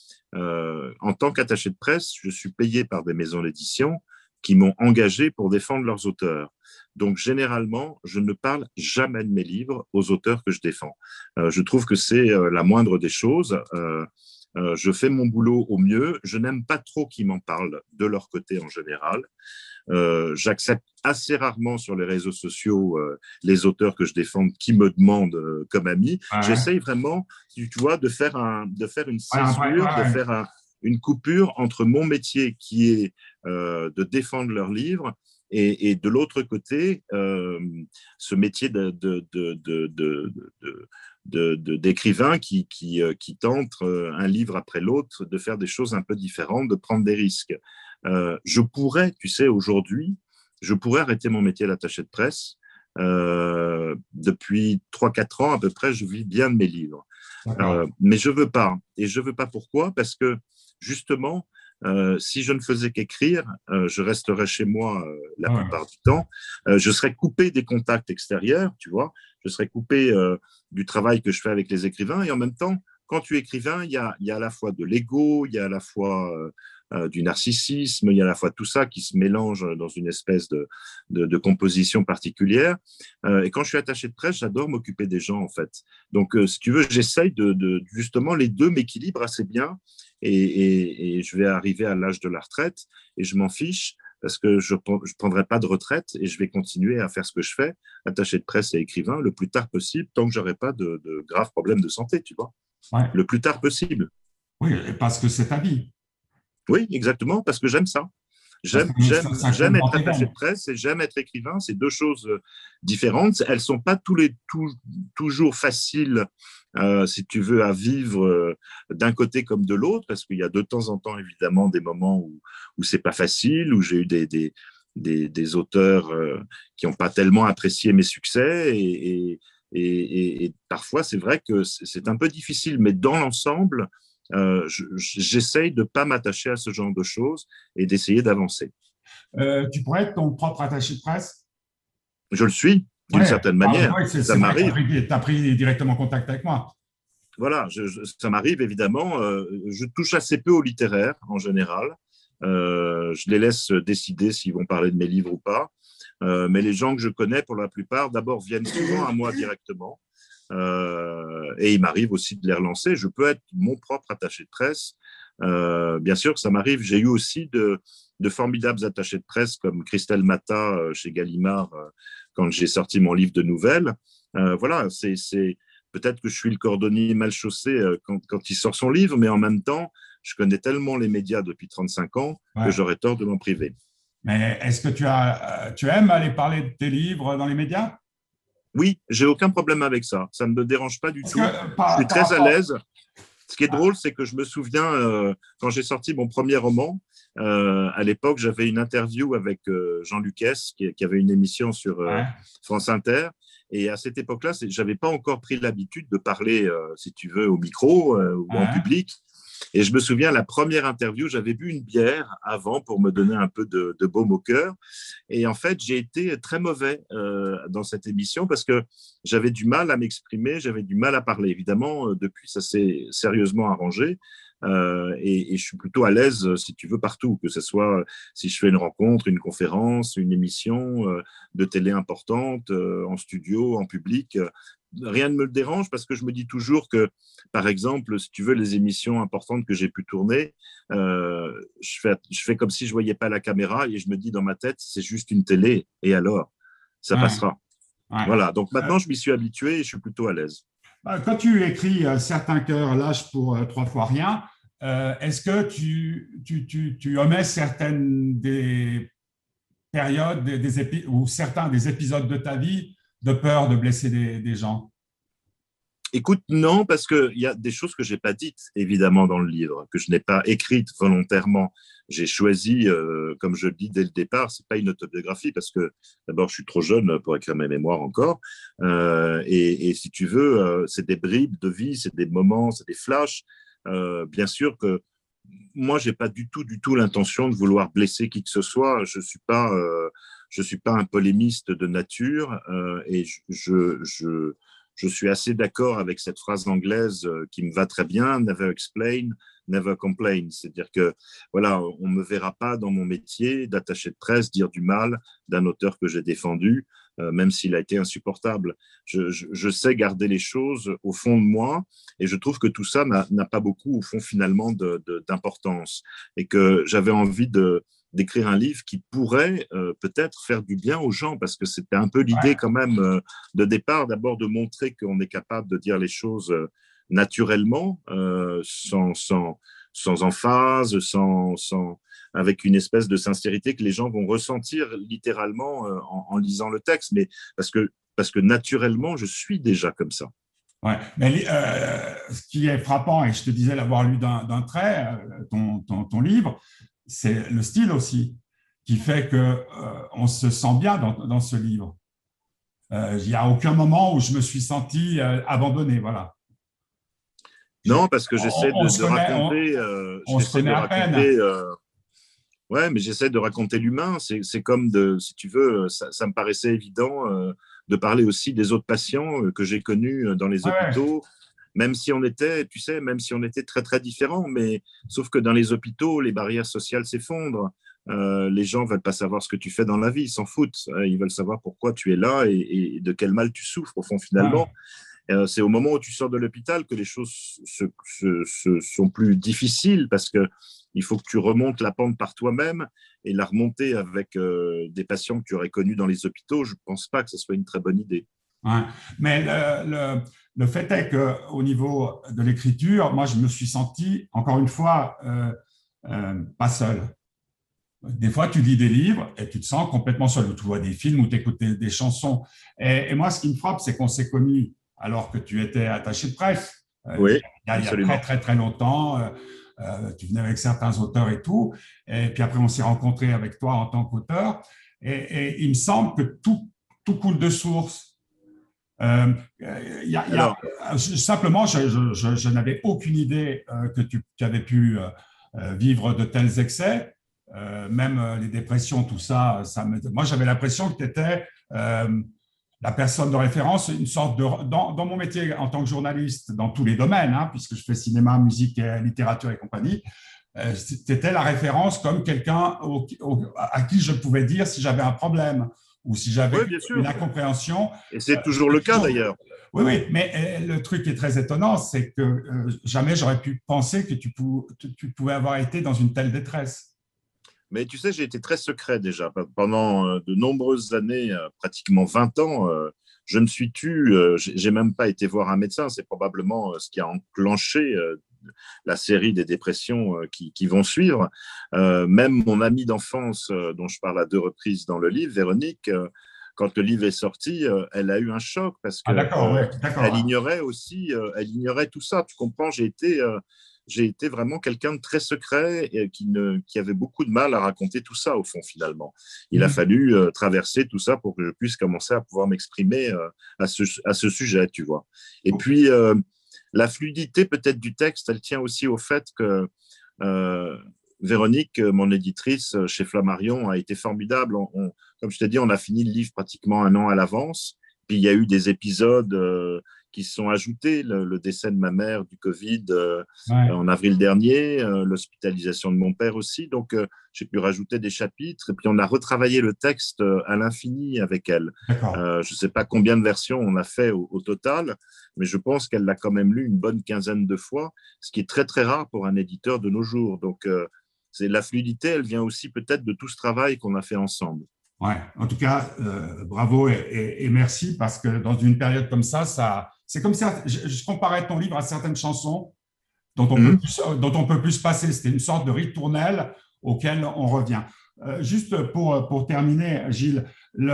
en tant qu'attaché de presse, je suis payé par des maisons d'édition qui m'ont engagé pour défendre leurs auteurs. Donc, généralement, je ne parle jamais de mes livres aux auteurs que je défends. Je trouve que c'est la moindre des choses. Je fais mon boulot au mieux. Je n'aime pas trop qu'ils m'en parlent de leur côté en général. J'accepte assez rarement sur les réseaux sociaux les auteurs que je défends qui me demandent comme ami. J'essaye vraiment, tu vois, de faire une césure, de faire une coupure entre mon métier qui est de défendre leurs livres et de l'autre côté, ce métier d'écrivain qui tente un livre après l'autre de faire des choses un peu différentes, de prendre des risques. Je pourrais, tu sais, aujourd'hui, je pourrais arrêter mon métier d'attaché de presse. Depuis 3-4 ans à peu près, je vis bien de mes livres. Mais je veux pas. Et je veux pas pourquoi? Parce que justement, si je ne faisais qu'écrire, je resterais chez moi la plupart du temps. Je serais coupé des contacts extérieurs, tu vois. Je serais coupé du travail que je fais avec les écrivains. Et en même temps, quand tu es écrivain, il y a à la fois de l'ego, il y a à la fois du narcissisme, il y a à la fois tout ça qui se mélange dans une espèce de composition particulière. Et quand je suis attaché de presse, j'adore m'occuper des gens, en fait. Donc, si tu veux, j'essaye justement, les deux m'équilibrent assez bien. Et je vais arriver à l'âge de la retraite et je m'en fiche parce que je ne prendrai pas de retraite et je vais continuer à faire ce que je fais, attaché de presse et écrivain, le plus tard possible, tant que je n'aurai pas de graves problèmes de santé, tu vois. Le plus tard possible. Oui, parce que c'est ta vie. Oui, exactement, parce que j'aime ça. J'aime être attaché de presse et j'aime être écrivain. C'est deux choses différentes. Elles ne sont pas toujours faciles, si tu veux, à vivre d'un côté comme de l'autre, parce qu'il y a de temps en temps, évidemment, des moments où ce n'est pas facile, où j'ai eu des auteurs qui n'ont pas tellement apprécié mes succès. Et parfois, c'est vrai que c'est un peu difficile, mais dans l'ensemble, j'essaye de ne pas m'attacher à ce genre de choses et d'essayer d'avancer. Tu pourrais être ton propre attaché de presse? Je le suis, d'une certaine manière. Ça m'arrive. Tu as pris directement contact avec moi. Voilà, ça m'arrive évidemment. Je touche assez peu au littéraire en général. Je les laisse décider s'ils vont parler de mes livres ou pas. Mais les gens que je connais, pour la plupart, d'abord viennent souvent à moi directement. Et il m'arrive aussi de les relancer. Je peux être mon propre attaché de presse. Bien sûr que ça m'arrive. J'ai eu aussi de formidables attachés de presse comme Christelle Mata chez Gallimard quand j'ai sorti mon livre de nouvelles. Voilà, c'est peut-être que je suis le cordonnier mal chaussé quand il sort son livre, mais en même temps, je connais tellement les médias depuis 35 ans que j'aurais tort de m'en priver. Mais est-ce que tu aimes aller parler de tes livres dans les médias? Oui, j'ai aucun problème avec ça. Ça ne me dérange pas du tout. Je suis très à l'aise. Ce qui est drôle, c'est que je me souviens, quand j'ai sorti mon premier roman, à l'époque, j'avais une interview avec Jean Lucas, qui avait une émission sur France Inter. Et à cette époque-là, je n'avais pas encore pris l'habitude de parler, si tu veux, au micro ou en public. Et je me souviens, la première interview, j'avais bu une bière avant pour me donner un peu de baume au cœur. Et en fait, j'ai été très mauvais dans cette émission parce que j'avais du mal à m'exprimer, j'avais du mal à parler. Évidemment, depuis, ça s'est sérieusement arrangé. Et je suis plutôt à l'aise, si tu veux, partout, que ce soit si je fais une rencontre, une conférence, une émission de télé importante, en studio, en public. Rien ne me dérange parce que je me dis toujours que, par exemple, si tu veux, les émissions importantes que j'ai pu tourner, je fais comme si je ne voyais pas la caméra et je me dis dans ma tête, c'est juste une télé et alors, ça passera. Voilà, donc maintenant, je m'y suis habitué et je suis plutôt à l'aise. Quand tu écris Certains cœurs lâchent pour 3 fois rien, est-ce que tu omets certaines des périodes ou certains des épisodes de ta vie de peur de blesser des gens? Écoute, non, parce qu'il y a des choses que je n'ai pas dites, évidemment, dans le livre, que je n'ai pas écrites volontairement. J'ai choisi, comme je le dis dès le départ, ce n'est pas une autobiographie, parce que d'abord, je suis trop jeune pour écrire mes mémoires encore. Et si tu veux, c'est des bribes de vie, c'est des moments, c'est des flashs. Bien sûr que moi, je n'ai pas du tout l'intention de vouloir blesser qui que ce soit. Je suis pas un polémiste de nature et je suis assez d'accord avec cette phrase anglaise qui me va très bien, never explain, never complain. C'est-à-dire que voilà, on ne me verra pas dans mon métier d'attaché de presse dire du mal d'un auteur que j'ai défendu, même s'il a été insupportable. Je sais garder les choses au fond de moi et je trouve que tout ça n'a pas beaucoup, au fond, finalement, d'importance. Et que j'avais envie d'écrire un livre qui pourrait peut-être faire du bien aux gens, parce que c'était un peu l'idée quand même de départ, d'abord de montrer qu'on est capable de dire les choses naturellement, sans emphase, avec une espèce de sincérité que les gens vont ressentir littéralement en lisant le texte, mais parce que naturellement, je suis déjà comme ça. Ouais, mais ce qui est frappant, et je te disais l'avoir lu d'un trait, ton livre, c'est le style aussi, qui fait qu'on se sent bien dans ce livre. Il n'y a aucun moment où je me suis senti abandonné, voilà. Non, parce que j'essaie de raconter... On se connaît à peine. Ouais, mais j'essaie de raconter l'humain. C'est comme, si tu veux, ça me paraissait évident de parler aussi des autres patients que j'ai connus dans les hôpitaux. Même si on était, tu sais, très, très différents, mais sauf que dans les hôpitaux, les barrières sociales s'effondrent. Les gens ne veulent pas savoir ce que tu fais dans la vie, ils s'en foutent. Ils veulent savoir pourquoi tu es là et de quel mal tu souffres, au fond, finalement. C'est au moment où tu sors de l'hôpital que les choses sont plus difficiles parce qu'il faut que tu remontes la pente par toi-même et la remonter avec des patients que tu aurais connus dans les hôpitaux, je ne pense pas que ce soit une très bonne idée. Ouais. Mais le fait est qu'au niveau de l'écriture, moi, je me suis senti, encore une fois, pas seul. Des fois, tu lis des livres et tu te sens complètement seul, ou tu vois des films ou tu écoutes des chansons. Et moi, ce qui me frappe, c'est qu'on s'est connus alors que tu étais attaché de presse. Oui, il y a très, très, très longtemps. Tu venais avec certains auteurs et tout. Et puis après, on s'est rencontrés avec toi en tant qu'auteur. Et il me semble que tout coule de source. Simplement, je n'avais aucune idée que tu avais pu vivre de tels excès. Même les dépressions, tout ça, moi j'avais l'impression que tu étais la personne de référence, une sorte de dans mon métier en tant que journaliste, dans tous les domaines, hein, puisque je fais cinéma, musique, littérature et compagnie, tu étais la référence comme quelqu'un à qui je pouvais dire si j'avais un problème ou si j'avais Oui, bien sûr. une incompréhension. Et c'est toujours le cas d'ailleurs. Oui, oui, mais le truc qui est très étonnant, c'est que jamais j'aurais pu penser que tu pouvais avoir été dans une telle détresse. Mais tu sais, j'ai été très secret déjà. Pendant de nombreuses années, pratiquement 20 ans, je me suis tu. J'ai même pas été voir un médecin. C'est probablement ce qui a enclenché la série des dépressions qui vont suivre. Même mon amie d'enfance, dont je parle à 2 reprises dans le livre, Véronique, quand le livre est sorti, elle a eu un choc parce que Ah, d'accord, ouais, d'accord. elle ignorait aussi, elle ignorait tout ça. Tu comprends, j'ai été vraiment quelqu'un de très secret et qui avait beaucoup de mal à raconter tout ça, au fond, finalement. Il a fallu traverser tout ça pour que je puisse commencer à pouvoir m'exprimer à ce sujet, tu vois. Et puis, la fluidité peut-être du texte, elle tient aussi au fait que Véronique, mon éditrice chez Flammarion, a été formidable. Comme je t'ai dit, on a fini le livre pratiquement un an à l'avance. Puis il y a eu des épisodes qui se sont ajoutés, le décès de ma mère du Covid en avril dernier, l'hospitalisation de mon père aussi. Donc, j'ai pu rajouter des chapitres. Et puis, on a retravaillé le texte à l'infini avec elle. Je ne sais pas combien de versions on a fait au total, mais je pense qu'elle l'a quand même lu une bonne quinzaine de fois, ce qui est très, très rare pour un éditeur de nos jours. Donc, la fluidité, elle vient aussi peut-être de tout ce travail qu'on a fait ensemble. Ouais, en tout cas, bravo et merci, parce que dans une période comme ça, c'est comme ça. Je comparais ton livre à certaines chansons dont on peut plus se passer. C'était une sorte de ritournelle auquel on revient. Juste pour terminer, Gilles,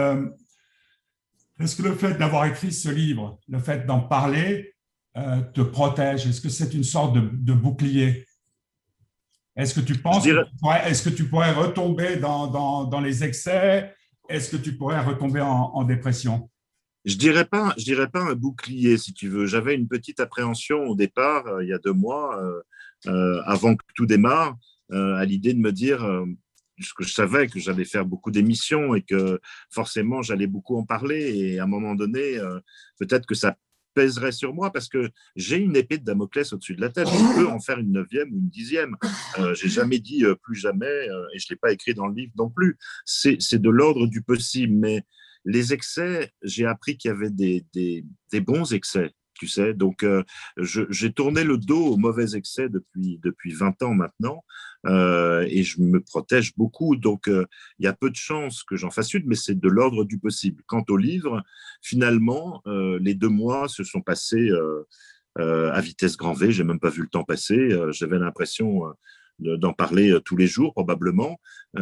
est-ce que le fait d'avoir écrit ce livre, le fait d'en parler, te protège? Est-ce que c'est une sorte de bouclier? Est-ce que tu penses est-ce que tu pourrais retomber dans les excès? Est-ce que tu pourrais retomber en dépression? Je dirais pas un bouclier, si tu veux. J'avais une petite appréhension au départ, il y a 2 mois, avant que tout démarre, à l'idée de me dire, que je savais que j'allais faire beaucoup d'émissions et que forcément j'allais beaucoup en parler. Et à un moment donné, peut-être que ça pèserait sur moi parce que j'ai une épée de Damoclès au-dessus de la tête. Je peux en faire une 9e ou une 10e. J'ai jamais dit plus jamais, et je l'ai pas écrit dans le livre non plus. C'est de l'ordre du possible, mais les excès, j'ai appris qu'il y avait des bons excès, tu sais. Donc, j'ai tourné le dos aux mauvais excès depuis 20 ans maintenant, et je me protège beaucoup. Donc, il y a peu de chances que j'en fasse une, mais c'est de l'ordre du possible. Quant au livre, finalement, les 2 mois se sont passés à vitesse grand V. J'ai même pas vu le temps passer. J'avais l'impression d'en parler tous les jours, probablement,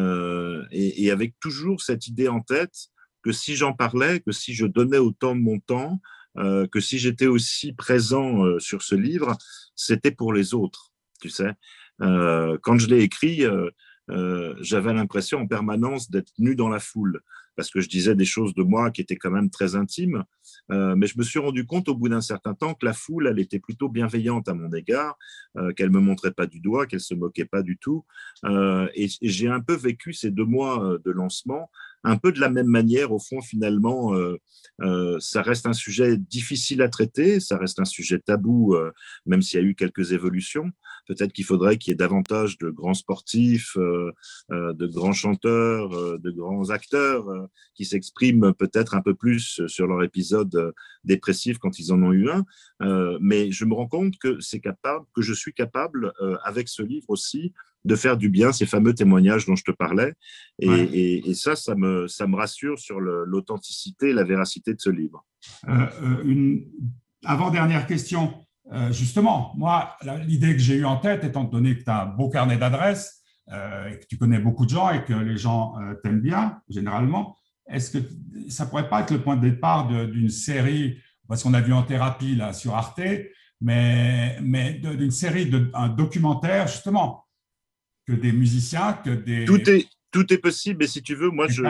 et avec toujours cette idée en tête que si j'en parlais, que si je donnais autant de mon temps, que si j'étais aussi présent sur ce livre, c'était pour les autres, tu sais. Quand je l'ai écrit, j'avais l'impression en permanence d'être nu dans la foule, parce que je disais des choses de moi qui étaient quand même très intimes, mais je me suis rendu compte au bout d'un certain temps que la foule, elle était plutôt bienveillante à mon égard, qu'elle me montrait pas du doigt, qu'elle se moquait pas du tout, et j'ai un peu vécu ces 2 mois de lancement un peu de la même manière. Au fond, finalement, ça reste un sujet difficile à traiter, ça reste un sujet tabou, même s'il y a eu quelques évolutions. Peut-être qu'il faudrait qu'il y ait davantage de grands sportifs, de grands chanteurs, de grands acteurs qui s'expriment peut-être un peu plus sur leur épisode dépressif quand ils en ont eu un. Mais je me rends compte que je suis capable, avec ce livre aussi, de faire du bien, ces fameux témoignages dont je te parlais. Et ça me rassure sur l'authenticité et la véracité de ce livre. Une avant-dernière question. Justement, moi, l'idée que j'ai eue en tête, étant donné que tu as un beau carnet d'adresses, et que tu connais beaucoup de gens et que les gens t'aiment bien, généralement, est-ce que ça ne pourrait pas être le point de départ d'une série, parce qu'on a vu En thérapie là, sur Arte, mais d'une série, un documentaire, justement, que des musiciens, que des... Tout est possible, et si tu veux, moi, je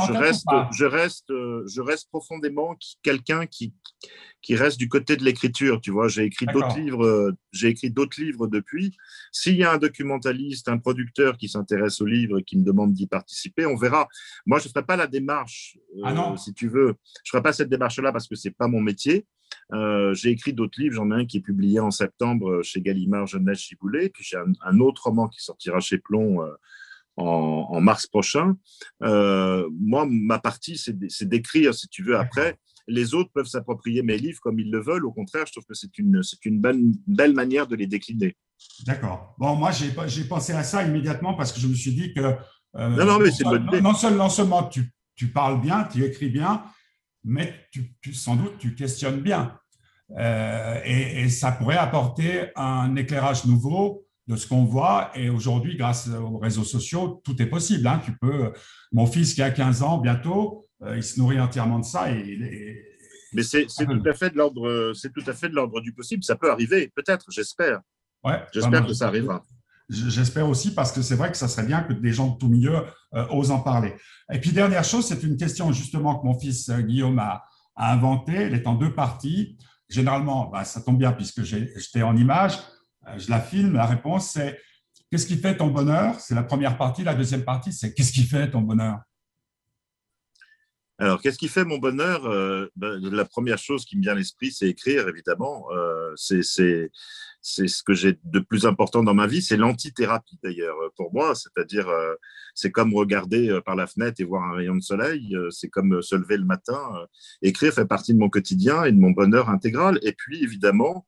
reste profondément quelqu'un qui reste du côté de l'écriture. Tu vois, j'ai écrit d'autres livres depuis. S'il y a un documentaliste, un producteur qui s'intéresse au livre et qui me demande d'y participer, on verra. Moi, je ne ferai pas la démarche, si tu veux. Je ne ferai pas cette démarche-là parce que ce n'est pas mon métier. J'ai écrit d'autres livres. J'en ai un qui est publié en septembre chez Gallimard Jeunesse Giboulet. Puis j'ai un autre roman qui sortira chez Plomb en mars prochain. Moi, ma partie, c'est d'écrire, si tu veux, après. Les autres peuvent s'approprier mes livres comme ils le veulent. Au contraire, je trouve que c'est une belle manière de les décliner. D'accord. Bon, moi, j'ai pensé à ça immédiatement parce que je me suis dit que non, mais c'est une bonne idée. non seulement tu parles bien, tu écris bien, mais sans doute tu questionnes bien. Et ça pourrait apporter un éclairage nouveau de ce qu'on voit. Et aujourd'hui, grâce aux réseaux sociaux, tout est possible. Hein. Mon fils qui a 15 ans bientôt, il se nourrit entièrement de ça. Mais c'est tout à fait de l'ordre du possible. Ça peut arriver, peut-être, j'espère. Ouais, j'espère que ça arrivera. J'espère aussi, parce que c'est vrai que ça serait bien que des gens de tout milieu osent en parler. Et puis, dernière chose, c'est une question justement que mon fils Guillaume a inventée. Elle est en 2 parties. Généralement, ça tombe bien puisque j'étais en image, je la filme. La réponse, c'est « Qu'est-ce qui fait ton bonheur ?» C'est la première partie. La deuxième partie, c'est « Qu'est-ce qui fait ton bonheur ?» Alors, qu'est-ce qui fait mon bonheur ? La première chose qui me vient à l'esprit, c'est écrire, évidemment. C'est ce que j'ai de plus important dans ma vie. C'est l'antithérapie, d'ailleurs, pour moi. C'est-à-dire, c'est comme regarder par la fenêtre et voir un rayon de soleil. C'est comme se lever le matin. Écrire fait partie de mon quotidien et de mon bonheur intégral. Et puis, évidemment,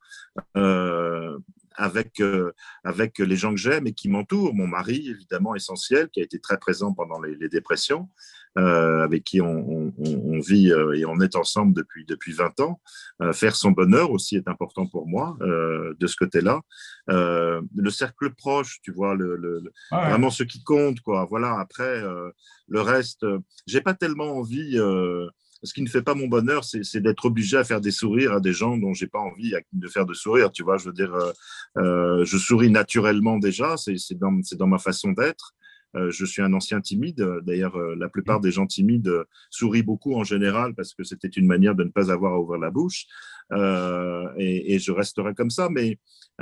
avec les gens que j'aime et qui m'entourent. Mon mari, évidemment, essentiel, qui a été très présent pendant les dépressions, avec qui on vit et on est ensemble depuis 20 ans. Faire son bonheur aussi est important pour moi, de ce côté-là. Le cercle proche, tu vois, vraiment ce qui compte, quoi. Voilà, après, le reste, j'ai pas tellement envie... ce qui ne fait pas mon bonheur, c'est d'être obligé à faire des sourires à des gens dont j'ai pas envie de faire de sourire. Tu vois, je veux dire, je souris naturellement déjà, c'est dans ma façon d'être. Je suis un ancien timide. D'ailleurs, la plupart des gens timides sourient beaucoup en général parce que c'était une manière de ne pas avoir à ouvrir la bouche. Et je resterai comme ça, mais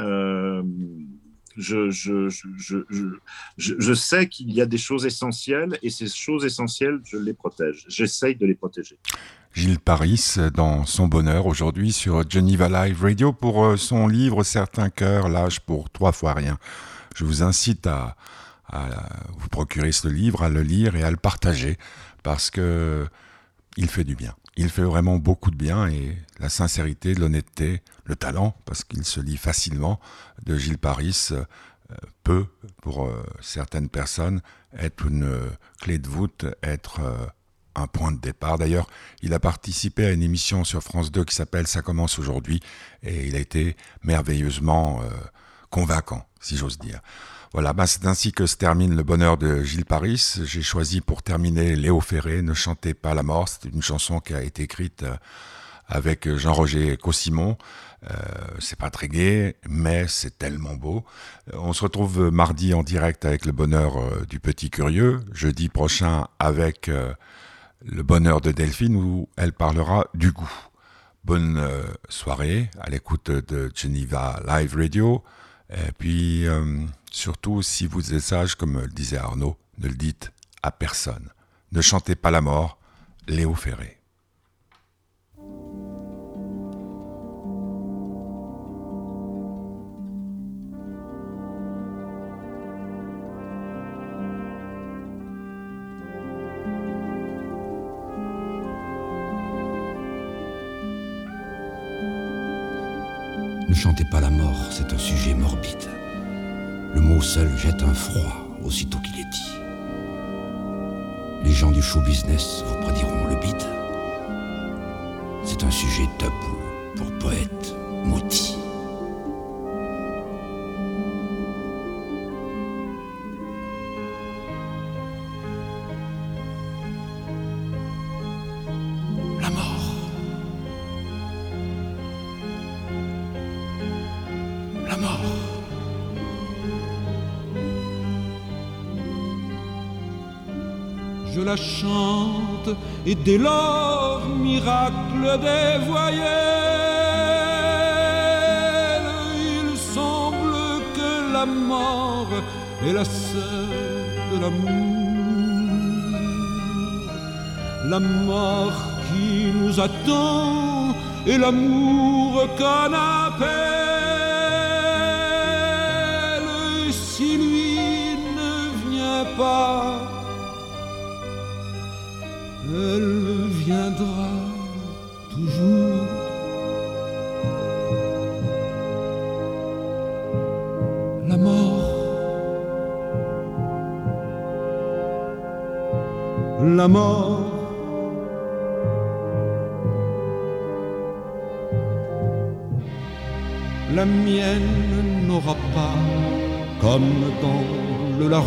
je sais qu'il y a des choses essentielles et ces choses essentielles, je les protège. J'essaye de les protéger. Gilles Paris, dans son bonheur aujourd'hui sur Geneva Live Radio pour son livre « Certains cœurs lâchent pour 3 fois rien ». Je vous incite à vous procurer ce livre, à le lire et à le partager parce que il fait du bien. Il fait vraiment beaucoup de bien et la sincérité, l'honnêteté, le talent, parce qu'il se lit facilement, de Gilles Paris peut, pour certaines personnes, être une clé de voûte, être un point de départ. D'ailleurs, il a participé à une émission sur France 2 qui s'appelle « Ça commence aujourd'hui » et il a été merveilleusement convaincant, si j'ose dire. Voilà, c'est ainsi que se termine le bonheur de Gilles Paris. J'ai choisi pour terminer Léo Ferré, Ne chantez pas la mort. C'est une chanson qui a été écrite avec Jean-Roger Cossimon. C'est pas très gai, mais c'est tellement beau. On se retrouve mardi en direct avec le bonheur du Petit Curieux. Jeudi prochain avec le bonheur de Delphine où elle parlera du goût. Bonne soirée à l'écoute de Geneva Live Radio. Et puis, surtout, si vous êtes sage, comme le disait Arnaud, ne le dites à personne. Ne chantez pas la mort, Léo Ferré. Ne chantez pas la mort, c'est un sujet morbide. Le mot seul jette un froid aussitôt qu'il est dit. Les gens du show business vous prédiront le bide. C'est un sujet tabou pour poètes maudits. La mort. La mort. Je la chante et dès lors, miracle des voyelles, il semble que la mort est la sœur de l'amour. La mort qui nous attend et l'amour qu'on appelle. Si lui ne vient pas, elle viendra toujours. La mort, la mort, la mienne n'aura pas, comme dans le Larousse,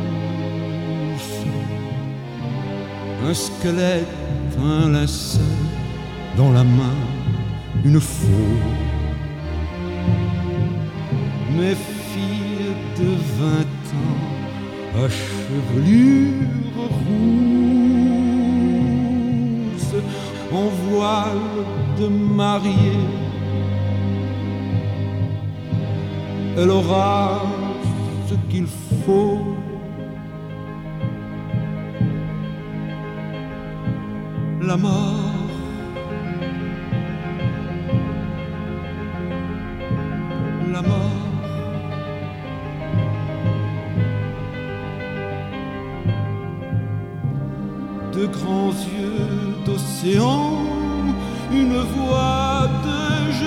un squelette, un linceul, dans la main une faux. Mes filles de 20 ans à chevelure rousse, en voile de mariée, elle aura ce qu'il faut. La mort, la mort, de grands yeux d'océan, une voix de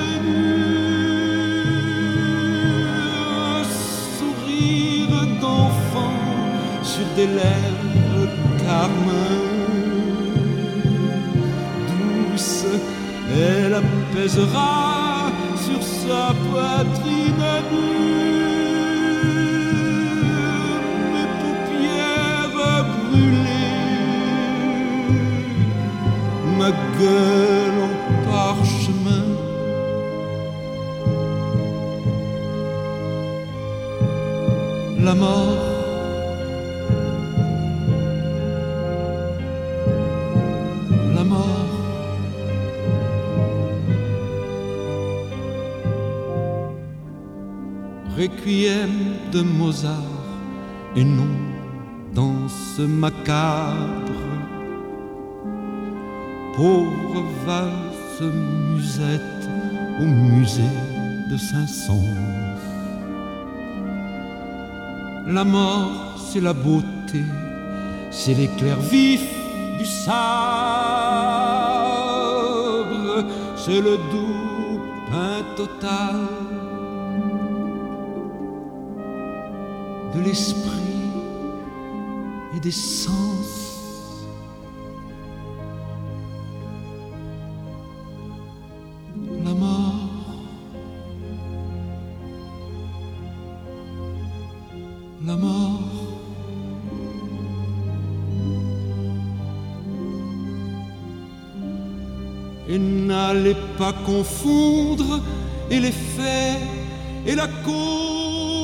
génie, un sourire d'enfant sur des lèvres carmin. Douce, elle apaisera sur sa poitrine nue mes paupières brûlées, ma gueule en parchemin. La mort, la mort, requiem de Mozart et non danse macabre, pauvre valse musette au musée de Saint-Saëns. La mort, c'est la beauté, c'est l'éclair vif du sabre, c'est le doux pain total de l'esprit et des sens. La mort, la mort, et n'allez pas confondre et les faits et la cause.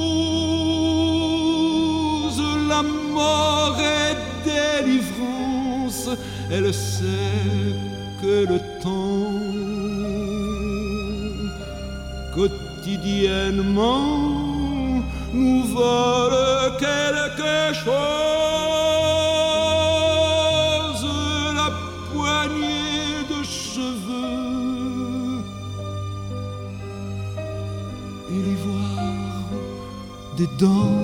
La mort est délivrance, elle sait que le temps quotidiennement nous vole quelque chose, la poignée de cheveux et l'ivoire des dents.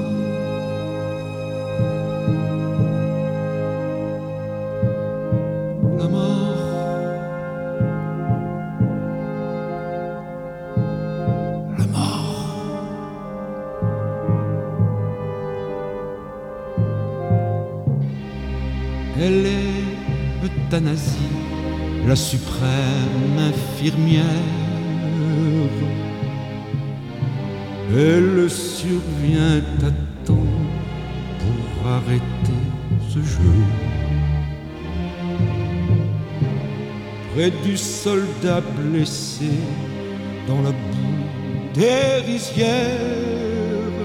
Elle est euthanasie, la suprême infirmière. Elle survient à temps pour arrêter ce jeu. Près du soldat blessé, dans la boue des rizières,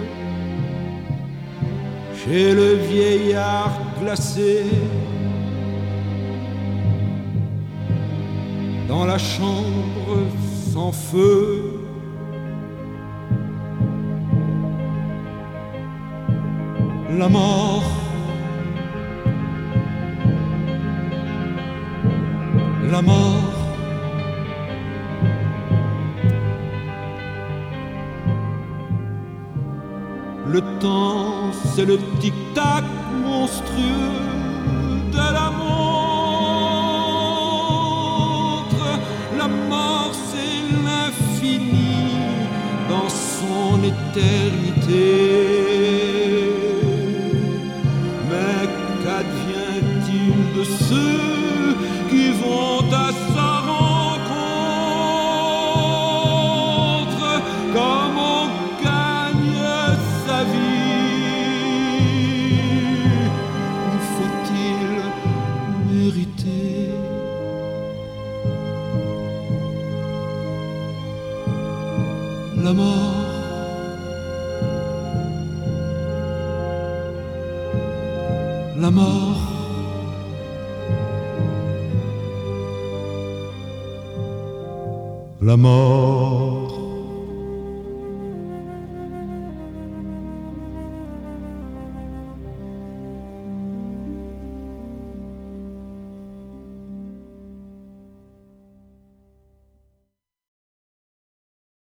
chez le vieillard glacé, dans la chambre sans feu, la mort, la mort, le temps c'est le tic-tac monstrueux de la montre. La mort, c'est l'infini dans son éternité. Mais qu'advient-il de ceux qui vont à sa rencontre? Comment on gagne sa vie? Ou faut-il mériter? La mort. La mort. La mort.